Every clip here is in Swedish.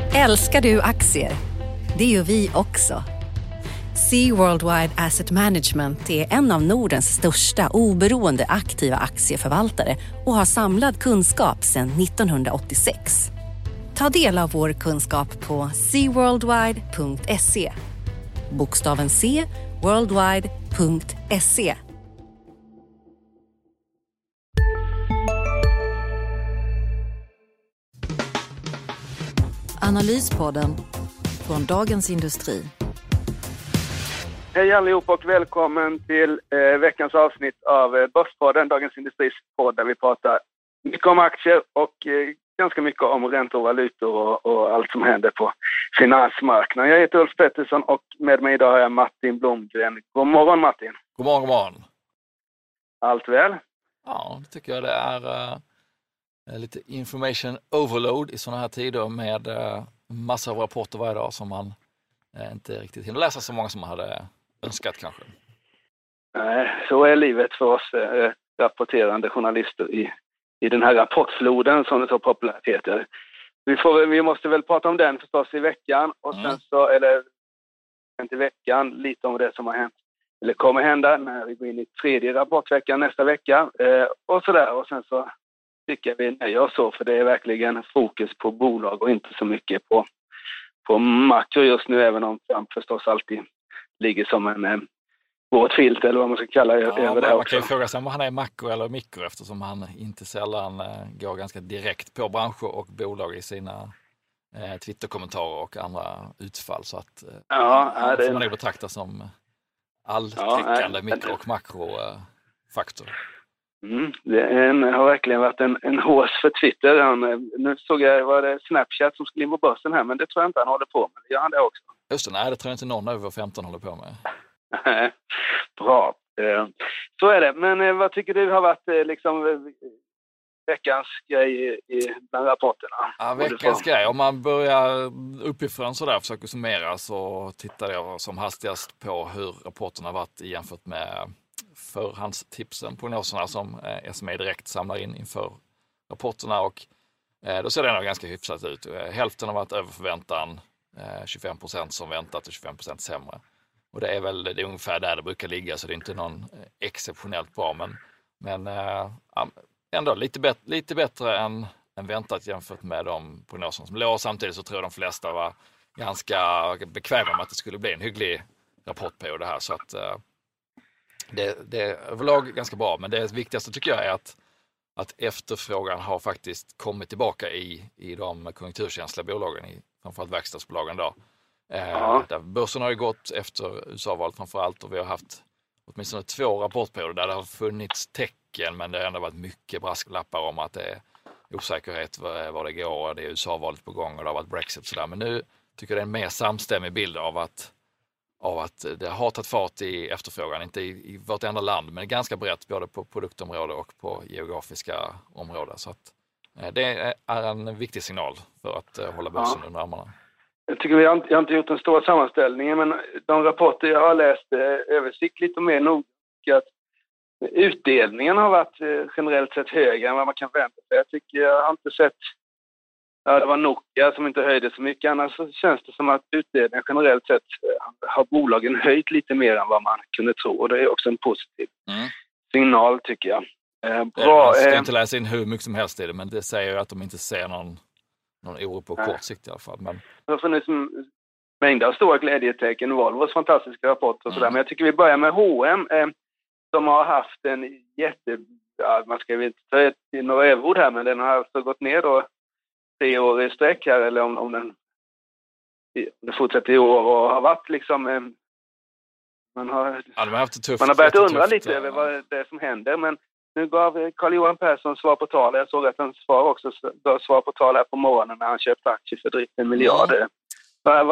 Älskar du aktier? Det gör vi också. Sea Worldwide Asset Management är en av Nordens största oberoende aktiva aktieförvaltare och har samlad kunskap sedan 1986. Ta del av vår kunskap på seaworldwide.se. Bokstaven C, worldwide.se. Analyspodden från Dagens Industri. Hej allihop och välkommen till veckans avsnitt av Börspodden, Dagens Industris podd, där vi pratar mycket om aktier och ganska mycket om räntor och valutor och allt som händer på finansmarknaden. Jag heter Ulf Pettersson och med mig idag har jag Martin Blomgren. God morgon Martin. God morgon, god morgon. Allt väl? Ja, det tycker jag det är lite information overload i sådana här tider med massor av rapporter varje dag som man inte riktigt hinner läsa så många som man hade önskat kanske. Nej, så är livet för oss rapporterande journalister i den här rapportfloden som det så populärt heter. Vi måste väl prata om den förstås i veckan och sen så, eller till veckan, lite om det som har hänt eller kommer hända när vi går in i tredje rapportveckan nästa vecka och sådär. Och sen så tycker vi nöjer oss så, för det är verkligen fokus på bolag och inte så mycket på makro just nu, även om Trump förstås alltid ligger som en våt filt eller vad man ska kalla det över det också. Man kan ju fråga sig om han är makro eller mikro, eftersom han inte sällan går ganska direkt på branscher och bolag i sina Twitter-kommentarer och andra utfall, så att det får man nog betrakta som alltäckande mikro- och makrofaktor. Det har verkligen varit en hås för Twitter. Nu såg jag, var det Snapchat som skulle in på börsen här, men det tror jag inte han håller på med. Det gör han det också. Just det, nej, det tror jag inte någon över 15 håller på med. Bra. Så är det. Men vad tycker du har varit liksom veckans grej bland rapporterna? Ja, veckans grej. Om man börjar uppifrån så där, försöker summera, så tittar jag som hastigast på hur rapporterna varit jämfört med förhandstipsen, prognoserna som SME Direkt samlar in inför rapporterna, och då ser det nog ganska hyfsat ut. Hälften har varit över förväntan, 25% som väntat och 25% sämre. Och det är ungefär där det brukar ligga, så det är inte någon exceptionellt bra, men ändå lite bättre än väntat jämfört med de prognoserna som låg. Samtidigt så tror jag de flesta var ganska bekväma med att det skulle bli en hygglig rapportperiod det här, så att det är överlag ganska bra. Men det viktigaste tycker jag är att efterfrågan har faktiskt kommit tillbaka i de konjunkturkänsliga bolagen, i framförallt verkstadsbolagen då. Där börsen har ju gått efter USA-valet framförallt, och vi har haft åtminstone 2 rapportperioder där det har funnits tecken, men det har ändå varit mycket brasklappar om att det är osäkerhet var det går, det är USA-valet på gång och det har varit Brexit och sådär. Men nu tycker jag det är en mer samstämmig bild av att det har tagit fart i efterfrågan, inte i vartenda land, men ganska brett både på produktområde och på geografiska områden. Så att det är en viktig signal för att hålla börsen under armarna. Jag tycker jag har inte gjort en stor sammanställning, men de rapporter jag har läst översiktligt och mer nog att utdelningen har varit generellt sett högre än vad man kan förvänta sig. Jag har inte sett, det var Nokia som inte höjde så mycket, annars så känns det som att utdelningen generellt sett har bolagen höjt lite mer än vad man kunde tro, och det är också en positiv signal tycker jag. Bra. Man ska inte läsa in hur mycket som helst i det, men det säger ju att de inte ser någon oro på kort sikt i alla fall. Men det har funnits mängder av stora glädjetecken, Volvos fantastiska rapport och sådär, men jag tycker vi börjar med H&M som har haft en man ska inte ta några överord här, men den har alltså gått ner då 3 år i sträck här, eller om det fortsätter i år, och har varit liksom man har börjat undra lite över vad det är som händer, men nu gav Carl-Johan Persson svar på tal. Jag såg att han gav svar på tal här på morgonen när han köpte aktier för drygt 1 miljard. Vad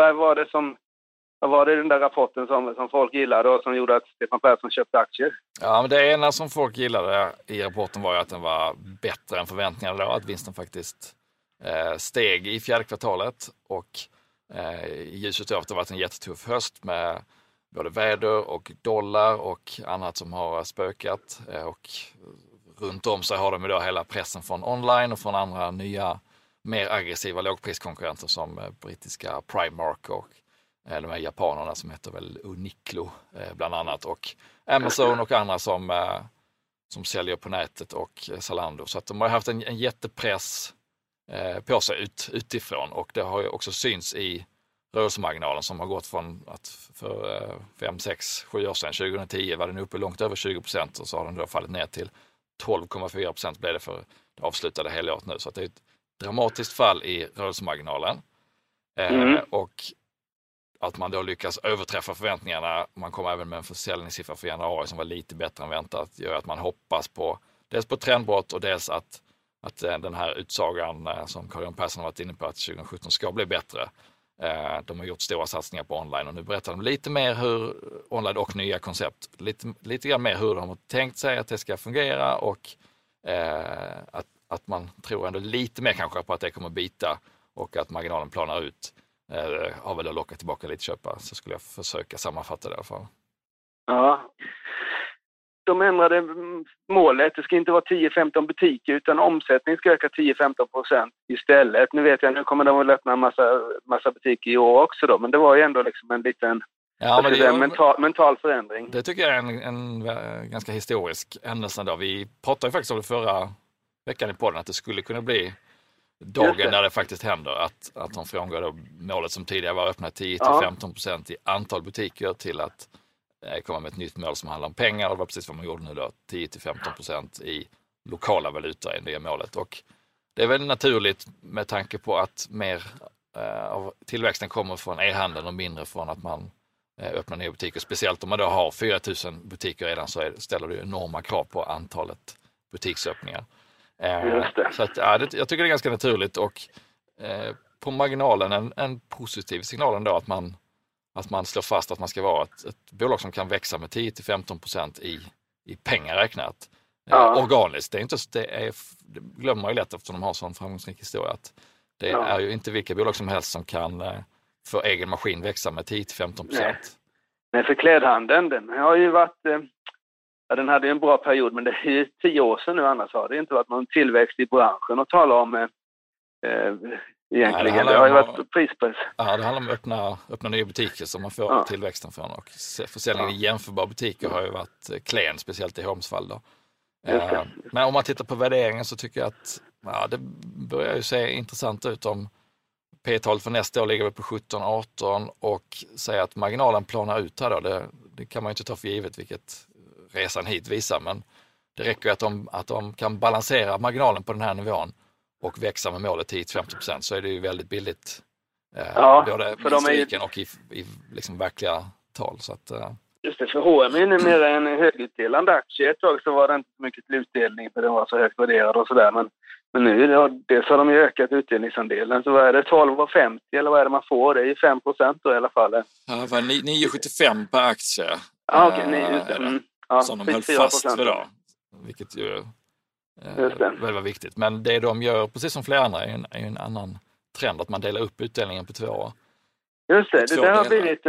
var det i den där rapporten som folk gillade och som gjorde att Stefan Persson köpte aktier? Ja, men det ena som folk gillade i rapporten var ju att den var bättre än förväntningarna då, att vinsten faktiskt steg i 4:e kvartalet, och i ljuset av att det varit en jättetuff höst med både väder och dollar och annat som har spökat, och runt om så har de idag hela pressen från online och från andra nya mer aggressiva lågpriskonkurrenter som brittiska Primark och de här japanerna som heter väl Uniqlo bland annat, och Amazon och andra som säljer på nätet, och Zalando. Så att de har haft en jättepress på sig utifrån, och det har ju också syns i rörelsemarginalen som har gått från att för 5, 6, 7 år sedan, 2010 var den uppe långt över 20%, och så har den då fallit ner till 12,4% blev det för det avslutade helåret nu. Så att det är ett dramatiskt fall i rörelsemarginalen. Och att man då lyckas överträffa förväntningarna. Man kom även med en försäljningssiffra för januari som var lite bättre än väntat. Gör att man hoppas på dels på trendbrott och dels att den här utsagan som Carl-Johan Persson har varit inne på, att 2017 ska bli bättre. De har gjort stora satsningar på online, och nu berättar de lite mer hur online och nya koncept, lite grann mer hur de har tänkt sig att det ska fungera, och att man tror ändå lite mer kanske på att det kommer bita, och att marginalen planar ut. Har väl att locka tillbaka lite köpa, så skulle jag försöka sammanfatta det i alla fall. Ja. De ändrade målet. Det ska inte vara 10-15 butiker, utan omsättning ska öka 10-15% istället. Nu vet jag, nu kommer de att öppna en massa butiker i år också då, men det var ju ändå liksom en liten mental förändring. Det tycker jag är en ganska historisk händelse då. Vi pratade ju faktiskt om det förra veckan i podden, att det skulle kunna bli dagen där det faktiskt händer, att de frångår då målet som tidigare var öppna 10-15% i antal butiker till att komma med ett nytt mål som handlar om pengar, och det var precis vad man gjorde nu då, 10-15% i lokala valutor är det målet. Och det är väl naturligt med tanke på att mer av tillväxten kommer från e-handeln och mindre från att man öppnar nya butiker. Speciellt om man då har 4 000 butiker redan, så ställer det enorma krav på antalet butiksöppningar. Så att, jag tycker det är ganska naturligt, och på marginalen en positiv signal ändå att man slår fast att man ska vara ett bolag som kan växa med 10-15% i pengar räknat. Organiskt. Det glömmer man ju lätt eftersom de har sån framgångsrik historia, att det är ju inte vilka bolag som helst som kan för egen maskin växa med 10-15%. Nej, för klädhandeln, den har ju varit... den hade ju en bra period, men det är ju 10 år sedan nu, annars har det inte varit någon tillväxt i branschen att tala om egentligen. Det har ju varit prispress. Ja, det handlar om att öppna nya butiker som man får tillväxten från, och försäljningen i jämförbara butiker har ju varit klen, speciellt i Holms fall då. Men om man tittar på värderingen så tycker jag att det börjar ju se intressant ut. Om P-talet för nästa år ligger på 17-18 och säger att marginalen planar ut här då, det kan man ju inte ta för givet, vilket resan hit visar, men det räcker att de kan balansera marginalen på den här nivån och växa med målet 10-15%, så är det ju väldigt billigt både för historiken och i liksom verkliga tal. Så att, just det, för H&M är numera en högutdelande aktie. Ett tag så var det inte så mycket utdelning för den var så högt värderad och sådär, men nu dels har de ju ökat utdelningsandelen, så vad är det, 12,50 eller vad är det man får? Det är ju 5% då i alla fall. Ja, det var 9,75 per aktie. Som de höll fast vid då. Vilket ju väl var viktigt. Men det de gör, precis som flera andra, är ju en annan trend, att man delar upp utdelningen på 2 år. Just det, det där har blivit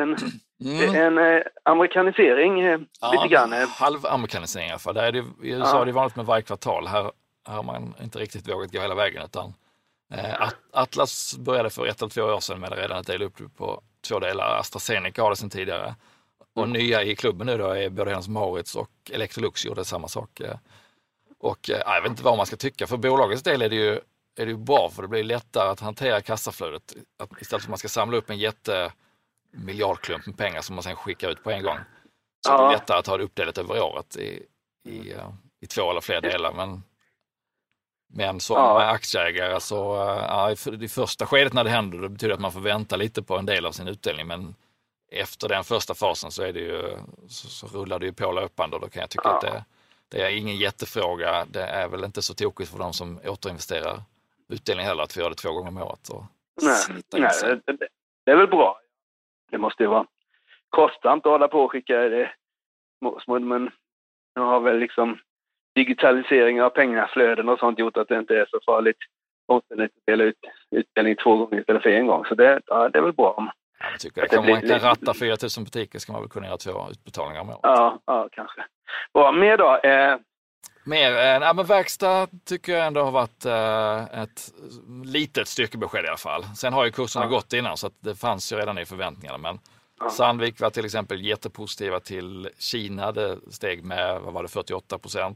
en amerikanisering lite grann. Halvamerikanisering i alla fall. Där är det, i USA är det vanligt med varje kvartal. Här har man inte riktigt vågat gå hela vägen, utan Atlas började för 1 eller 2 år sedan med redan att dela upp det på 2 delar. AstraZeneca har det sedan tidigare. Och nya i klubben nu då är både Hennes & Mauritz och Electrolux gjorde samma sak. Och jag vet inte vad man ska tycka. För bolagets del är det ju bra, för det blir lättare att hantera kassaflödet. Istället för att man ska samla upp en jättemiljardklump med pengar som man sen skickar ut på en gång. Så det är lättare att ha det uppdelat över året i 2 eller fler delar. Men som aktieägare så i första skedet när det händer, det betyder att man får vänta lite på en del av sin utdelning. Men efter den första fasen så är det ju, så rullar det ju på löpande, och då kan jag tycka att det är ingen jättefråga. Det är väl inte så tokigt för de som återinvesterar utdelning heller att vi gör det 2 gånger om året. Nej, det är väl bra. Det måste ju vara kostsamt att hålla på och skicka det små, men nu har väl liksom digitalisering av pengaflöden och sånt gjort att det inte är så farligt att dela ut utdelning 2 gånger istället för 1 gång. Så det är väl bra om jag tycker det. Man kan ratta 4 000 butiker, ska man väl kunna göra 2 utbetalningar om året. Ja, kanske. Bra, mer då. Men verkstad tycker jag ändå har varit ett litet styrkebesked i alla fall. Sen har ju kurserna gått innan så att det fanns ju redan i förväntningarna. Men Sandvik var till exempel jättepositiva till Kina. Det steg med, 48%.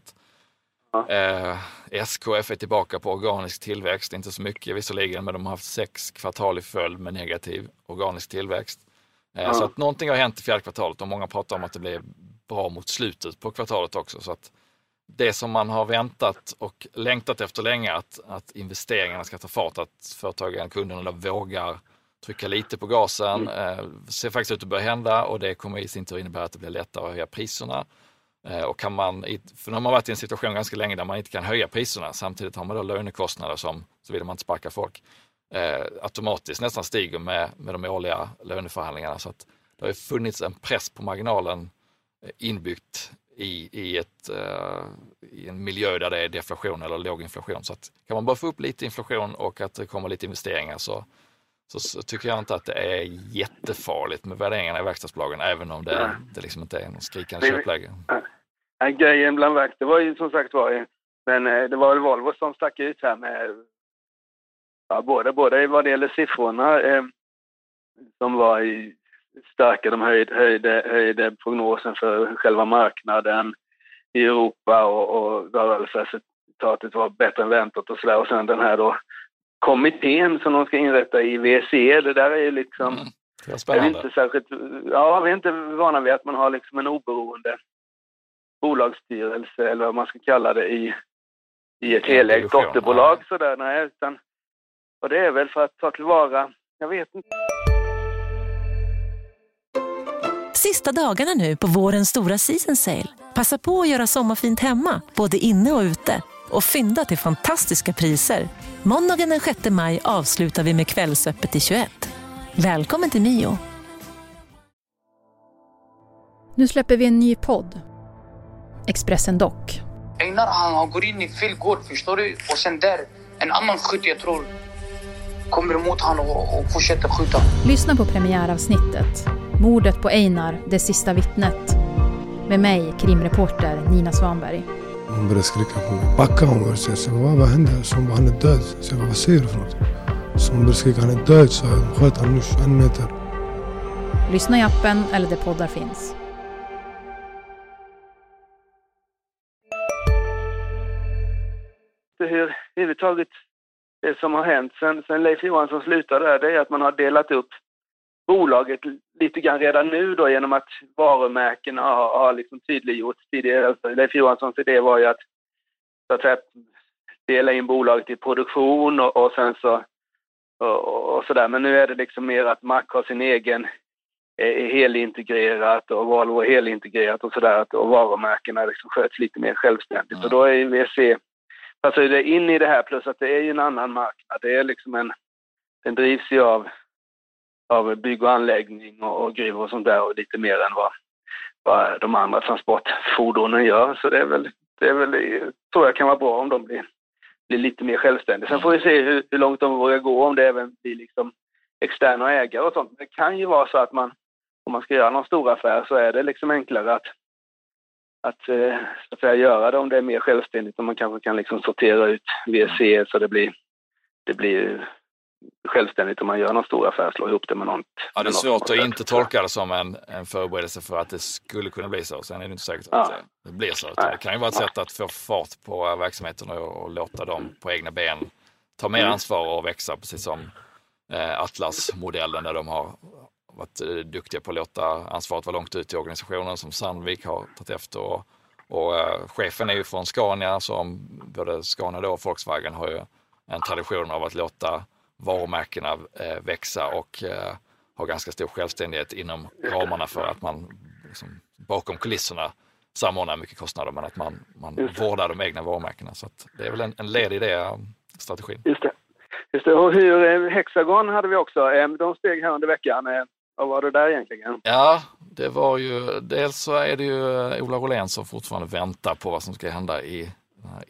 SKF är tillbaka på organisk tillväxt. Inte så mycket visserligen, men de har haft 6 kvartal i följd med negativ organisk tillväxt. Så att någonting har hänt i fjärde kvartalet och många pratar om att det blir bra mot slutet på kvartalet också. Så att det som man har väntat och längtat efter länge, att investeringarna ska ta fart, att företagen, kunderna vågar trycka lite på gasen, ser faktiskt ut att börja hända och det kommer i sin tur innebära att det blir lättare att höja priserna. Och kan man, för nu har man varit i en situation ganska länge där man inte kan höja priserna, samtidigt har man då lönekostnader som, så vill man inte sparka folk, automatiskt nästan stiger med de årliga löneförhandlingarna. Så att det har funnits en press på marginalen inbyggt i en miljö där det är deflation eller låg inflation. Så att kan man bara få upp lite inflation och att det kommer lite investeringar så tycker jag inte att det är jättefarligt med värderingarna i verkstadsbolagen, även om det liksom inte är någon skrikande köpläge. Grejen bland verk, det var ju som sagt men det var väl Volvo som stack ut här med både vad det gäller siffrorna som var starka, de höjde prognosen för själva marknaden i Europa och rörelseresultatet var bättre än väntat och sådär. Och sen den här då kommittén som de ska inrätta i VCE, det där är ju liksom det är inte särskilt, vi är inte vana vid att man har liksom en oberoende bolagsstyrelse eller vad man ska kalla det i ett helägt dotterbolag sådär, nej, utan, och det är väl för att ta tillvara, jag vet inte. Sista dagarna nu på vårens stora season sale. Passa på att göra sommarfint hemma, både inne och ute. Och fynda till fantastiska priser. Måndagen den 6 maj avslutar vi med kvällsöppet i 21. Välkommen till Mio. Nu släpper vi en ny podd. Expressen Dock. Einar, han går in i fel gård, förstår du? Och sen där, en annan skytt jag tror kommer emot han och fortsätter skjuta. Lyssna på premiäravsnittet. Mordet på Einar, det sista vittnet. Med mig, krimreporter Nina Svanberg. Hon började skrika på mig. Backa, hon började säga. Så vad hände? Så hon bara, han är död. Så jag bara, vad säger du för något? Så hon började skrika, han är död. Så jag sköt han nu 21 meter. Lyssna i appen eller där poddar finns. Hur överhuvudtaget det som har hänt sen Leif Johansson slutade där, det är att man har delat upp bolaget lite grann redan nu då, genom att varumärkena har liksom tydliggjorts tidigare. Alltså, Leif Johanssons idé var ju att säga, dela in bolaget i produktion och sen så och sådär. Men nu är det liksom mer att Mac har sin egen helintegrerat och Volvo är helintegrerat och sådär, och varumärkena liksom sköts lite mer självständigt. Och då är VC alltså det är in i det här, plus att det är ju en annan marknad. Det är liksom den drivs ju av bygg och anläggning och gruvor och sånt där, och lite mer än vad de andra transportfordonen gör. Så det är väl tror jag kan vara bra om de blir lite mer självständiga. Sen får vi se hur långt de vågar gå, om det även blir liksom externa ägare och sånt. Det kan ju vara så att om man ska göra någon stor affär så är det liksom enklare att göra det om det är mer självständigt, och man kanske kan liksom sortera ut VC så det blir självständigt om man gör någon stor affär, slå ihop det med något. Ja, det är svårt att inte tolka det som en förberedelse för att det skulle kunna bli så. Sen är det inte säkert att det blir så. Det kan ju vara ett sätt att få fart på verksamheten och låta dem på egna ben ta mer ansvar och växa, precis som Atlas-modellen, där de har varit duktiga på att låta ansvaret vara långt ut i organisationen, som Sandvik har tagit efter. Och chefen är ju från Scania, som både Scania och Volkswagen har ju en tradition av att låta varumärkena växa och ha ganska stor självständighet inom ramarna för att man liksom, bakom kulisserna samordnar mycket kostnader, men att man vårdar de egna varumärkena. Så att det är väl en led i det strategin. Just det. Och hur Hexagon hade vi också. De steg här under veckan. Vad var det där egentligen? Ja, det var ju, dels så är det ju Ola Rolén som fortfarande väntar på vad som ska hända i den här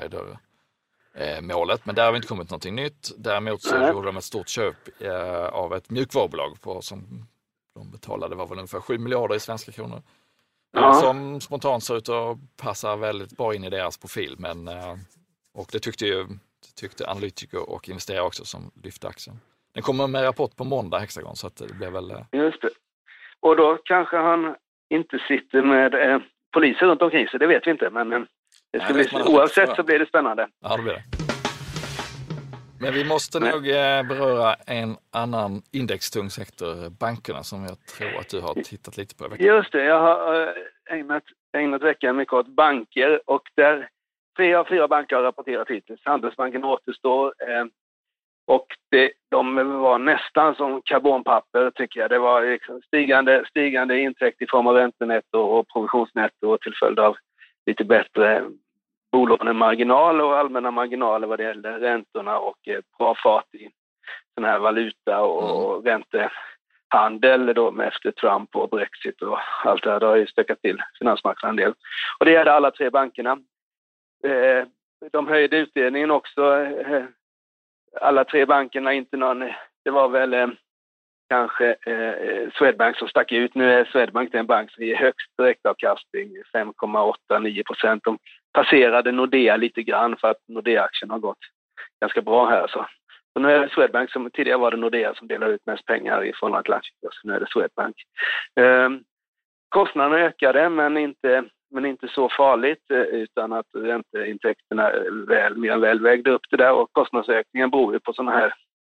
insider-målet. Men där har vi inte kommit någonting nytt. Däremot så gjorde de ett stort köp av ett mjukvarubolag som de betalade, var väl ungefär 7 miljarder i svenska kronor. som spontant ser ut att passa väldigt bra in i deras profil. Men, och det tyckte analytiker och investerare också som lyfte aktien. Den kommer med rapport på måndag, Hexagon, så att det blir väl... Just det. Och då kanske han inte sitter med poliser runt omkring sig, det vet vi inte. Men det ska bli, oavsett så blir det spännande. Ja, det blir det. Men vi måste nog beröra en annan indextung sektor, bankerna, som jag tror att du har tittat lite på i veckan. Just det, jag har ägnat veckan mycket åt banker och där 3 av 4 banker har rapporterat hittills. Handelsbanken återstår och de var nästan som karbonpapper tycker jag. Det var liksom stigande intäkt i form av räntenetto och provisionsnetto till följd av lite bättre bolånemarginal och allmänna marginaler vad det gäller räntorna och bra fart i sån här valuta och räntehandel då med efter Trump och Brexit och allt det här. Det har ju stökat till finansmarknaden en del. Och det gällde alla 3 bankerna. De höjde utdelningen också. Alla 3 bankerna, inte någon, det var väl kanske Swedbank som stack ut. Nu är Swedbank en bank som ger högst direktavkastning, 5,89%. De passerade Nordea lite grann för att Nordea-aktien har gått ganska bra här. Så nu är det Swedbank som tidigare var det Nordea som delade ut mest pengar i förhållande till aktien. Så nu är det Swedbank. Kostnaderna ökade men inte så farligt utan att ränteintäkterna mer än väl vägde upp det där och kostnadsökningen beror ju på sådana här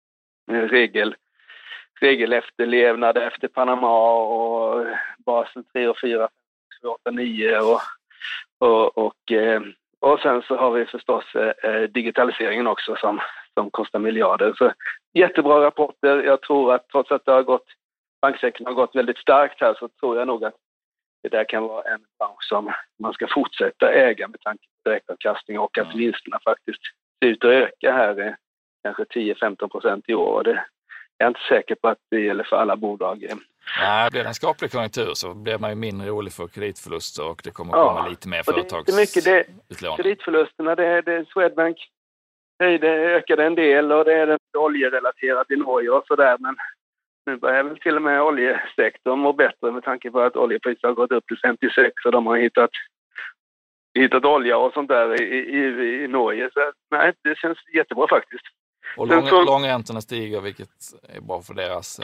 regelefterlevnad efter Panama och Basel 3 och 4, 8, 9 och sen så har vi förstås digitaliseringen också som kostar miljarder. Så jättebra rapporter. Jag tror att trots att banksektorn har gått väldigt starkt här så tror jag nog att det där kan vara en bransch som man ska fortsätta äga med tanke på direktavkastning och att vinsterna faktiskt ser ut att öka här kanske 10-15% i år. Det är jag inte säker på att det gäller för alla bolag. Nej, blir det en skaplig konjunktur så blir man ju mindre orolig för kreditförluster och det kommer komma lite mer företagsutlåning. Kreditförlusterna, det är Swedbank ökade en del och det är oljerelaterat i Norge och sådär, men nu börjar väl till och med oljesektorn må bättre med tanke på att oljepriset har gått upp till 56 och de har hittat olja och sånt där i Norge. Så nej, det känns jättebra faktiskt. Och långräntorna stiger, vilket är bra för deras...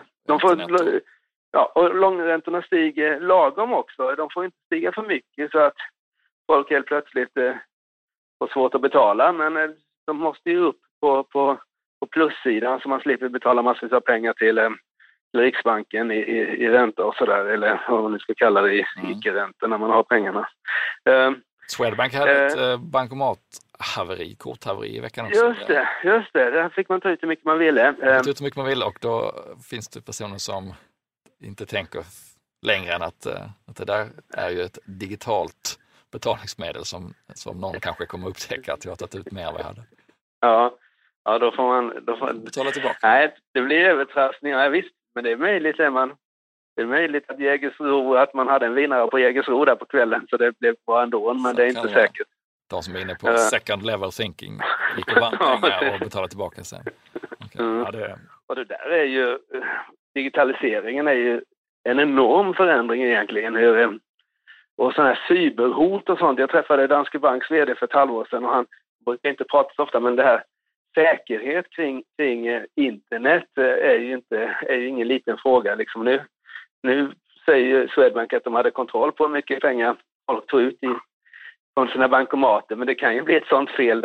och långräntorna stiger lagom också. De får inte stiga för mycket så att folk helt plötsligt får svårt att betala. Men de måste ju upp på plussidan så man slipper betala massor av pengar till Riksbanken i ränta och sådär. Eller vad man nu ska kalla det i icke-ränta när man har pengarna. Swedbank hade ett korthaveri i veckan också. Just det. Där fick man ta ut hur mycket man ville. Ta ut hur mycket man vill och då finns det personer som inte tänker längre än att det där är ju ett digitalt betalningsmedel som någon kanske kommer upptäcka att jag har tagit ut mer än vad jag hade. Ja, då får man betala tillbaka. Nej, det blir övertrassningar, ja, visst. Men det är möjligt, det är möjligt att Jägersro, att man hade en vinnare på Jägersro där på kvällen så det blev bra ändå, men så det är inte säkert. De som är inne på second level thinking gick och vann pengar och betalade tillbaka sen. Okay. Och det där är ju, digitaliseringen är ju en enorm förändring egentligen. Och sådana här cyberhot och sånt. Jag träffade Danske Banks vd för ett halvår sedan och han brukar inte prata så ofta, men det här säkerhet kring internet är ju ingen liten fråga. Liksom nu säger Swedbank att de hade kontroll på hur mycket pengar folk tog ut från sina bankomater, men det kan ju bli ett sånt fel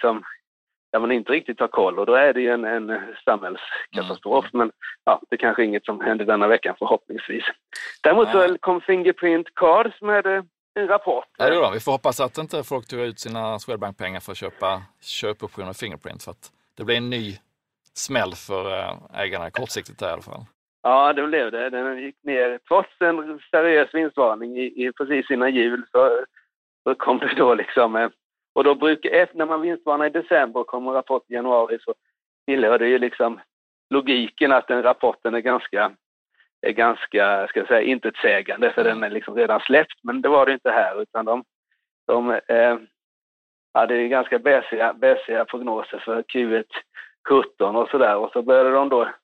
där man inte riktigt har koll och då är det ju en samhällskatastrof. Men det är kanske inget som händer denna veckan förhoppningsvis. Däremot så kom Fingerprint Cards med en rapport. Ja, då. Vi får hoppas att inte folk tog ut sina Swedbank-pengar för att köpa köpoptioner av Fingerprint för att det blir en ny smäll för ägarna kortsiktigt där i alla fall. Ja, det blev det. Den gick ner trots en seriös vinstvarning precis innan jul så kom det då och då brukar när man vinstvarnar i december och kommer rapport i januari så tillhör det ju logiken att den rapporten är ganska ska jag säga intetsägande för den är redan släppt, men det var det inte här utan de hade ju ganska bäsiga prognoser för Q1 17 och sådär och så började de då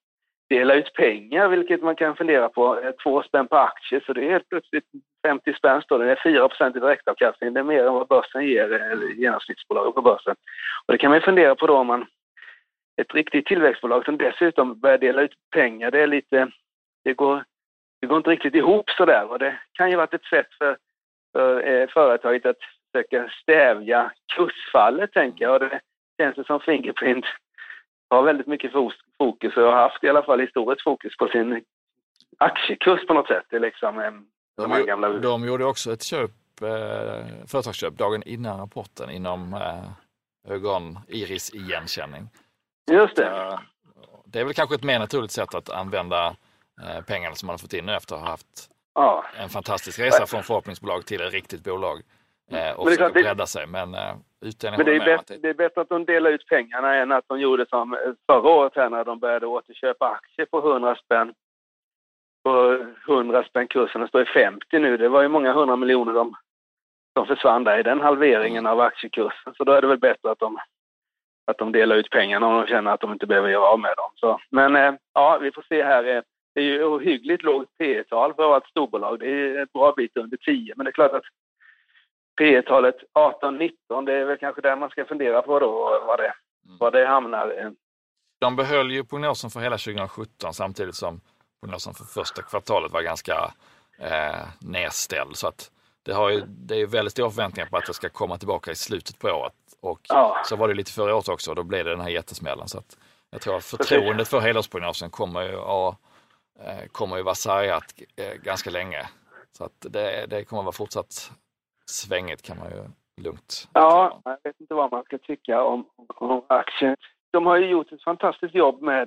dela ut pengar, vilket man kan fundera på. 2 spänn på aktier, så det är helt plötsligt 50 spänn står det. Det är 4% i direktavkastning. Det är mer än vad börsen ger, eller genomsnittsbolag på börsen. Och det kan man fundera på då om man ett riktigt tillväxtbolag som dessutom börjar dela ut pengar. Det är lite, det går inte riktigt ihop så där. Och det kan ju vara ett sätt för företaget att försöka stävja kursfallet, tänker jag. Och det känns som Fingerprint har väldigt mycket fokus och har haft i alla fall historiskt fokus på sin aktiekurs på något sätt. Det är liksom de gjorde också ett företagsköp dagen innan rapporten inom ögon-iris-igenkänning. Just det. Det är väl kanske ett mer naturligt sätt att använda pengarna som man har fått in efter att ha haft en fantastisk resa från förhoppningsbolag till ett riktigt bolag och försöka bredda sig. Men det är bättre att de delar ut pengarna än att de gjorde som förra året här när de började återköpa aktier på 100 spänn. På 100 spänn kursen står i 50 nu. Det var ju många 100 miljoner som försvann där i den halveringen av aktiekursen. Så då är det väl bättre att de delar ut pengarna om de känner att de inte behöver göra av med dem. Så. Men vi får se här. Det är ju hyggligt lågt P-tal för att vara ett storbolag. Det är ett bra bit under 10. Men det är klart att P-talet 18-19, det är väl kanske där man ska fundera på då vad det hamnar. De behöll ju prognosen för hela 2017 samtidigt som prognosen för första kvartalet var ganska nedställd. Så att det är väldigt stora förväntningar på att det ska komma tillbaka i slutet på året. Och så var det lite förra året också och då blev det den här jättesmällen. Så att jag tror att förtroendet för helårsprognosen kommer ju vara sargat ganska länge. Så att det kommer vara fortsatt svängigt, kan man ju lugnt. Ja, jag vet inte vad man ska tycka om aktier. De har ju gjort ett fantastiskt jobb med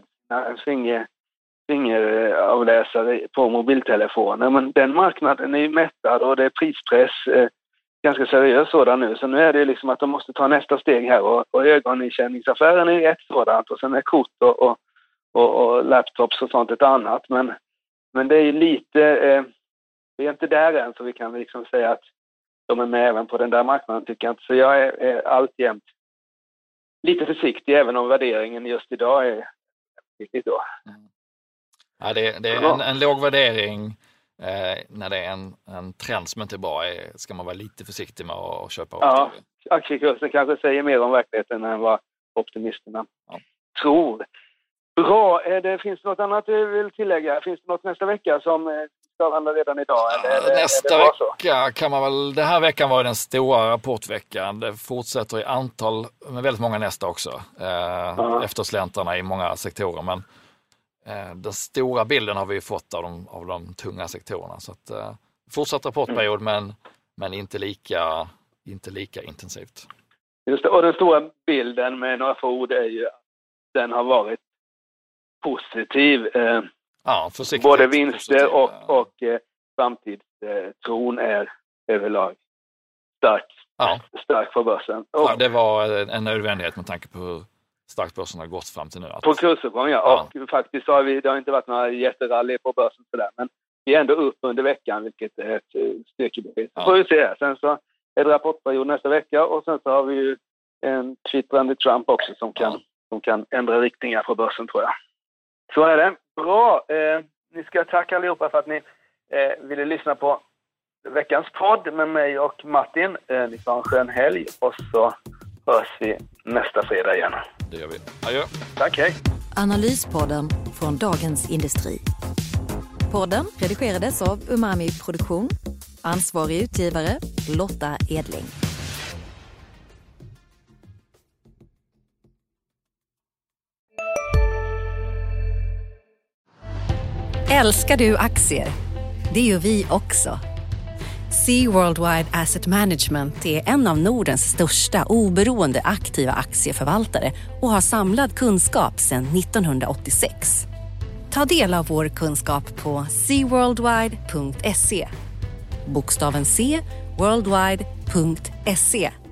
fingeravläsare på mobiltelefoner, men den marknaden är ju mättad och det är prispress, ganska seriös sådan nu. Så nu är det liksom att de måste ta nästa steg här och ögoninkänningsaffären är ett sådant och sen är kort och laptops och sånt ett annat. Men det är ju lite, vi är inte där än så vi kan liksom säga att de är med även på den där marknaden, tycker jag inte. Så jag är alltjämt lite försiktig även om värderingen just idag är viktigt då. Ja, det är en låg värdering när det är en trend som inte är bra. Ska man vara lite försiktig med att köpa. Ja, aktiekursen kanske säger mer om verkligheten än vad optimisterna tror. Bra, finns det något annat du vill tillägga? Finns det något nästa vecka som ska handla redan idag? Nästa vecka kan man väl, den här veckan var den stora rapportveckan. Det fortsätter i antal med väldigt många nästa också. Eftersläntarna i många sektorer, men den stora bilden har vi fått av de tunga sektorerna. Så att, fortsatt rapportperiod, men inte lika intensivt. Just det, och den stora bilden med några få ord är ju att den har varit positiv. Både vinster och framtidstron är överlag stark på börsen. Ja, det var en nödvändighet med tanke på hur starkt börsen har gått fram till nu. På kursuppgång, ja. Och faktiskt det har inte varit några jätterally på börsen sådär, men vi är ändå upp under veckan, vilket är ett styrkebevis. Får vi se. Sen så är det rapportperiod nästa vecka och sen så har vi ju en twittrande Trump också som kan ändra riktningar på börsen, tror jag. Så är det. Bra. Ni ska tacka allihopa för att ni ville lyssna på veckans podd med mig och Martin. Ni får en skön helg och så hörs vi nästa fredag igen. Det gör vi. Adjö. Tack, hej. Analyspodden från Dagens Industri. Podden redigerades av Umami Produktion. Ansvarig utgivare Lotta Edling. Älskar du aktier? Det gör vi också. Sea Worldwide Asset Management är en av Nordens största oberoende aktiva aktieförvaltare och har samlad kunskap sedan 1986. Ta del av vår kunskap på seaworldwide.se. Bokstaven C, worldwide.se.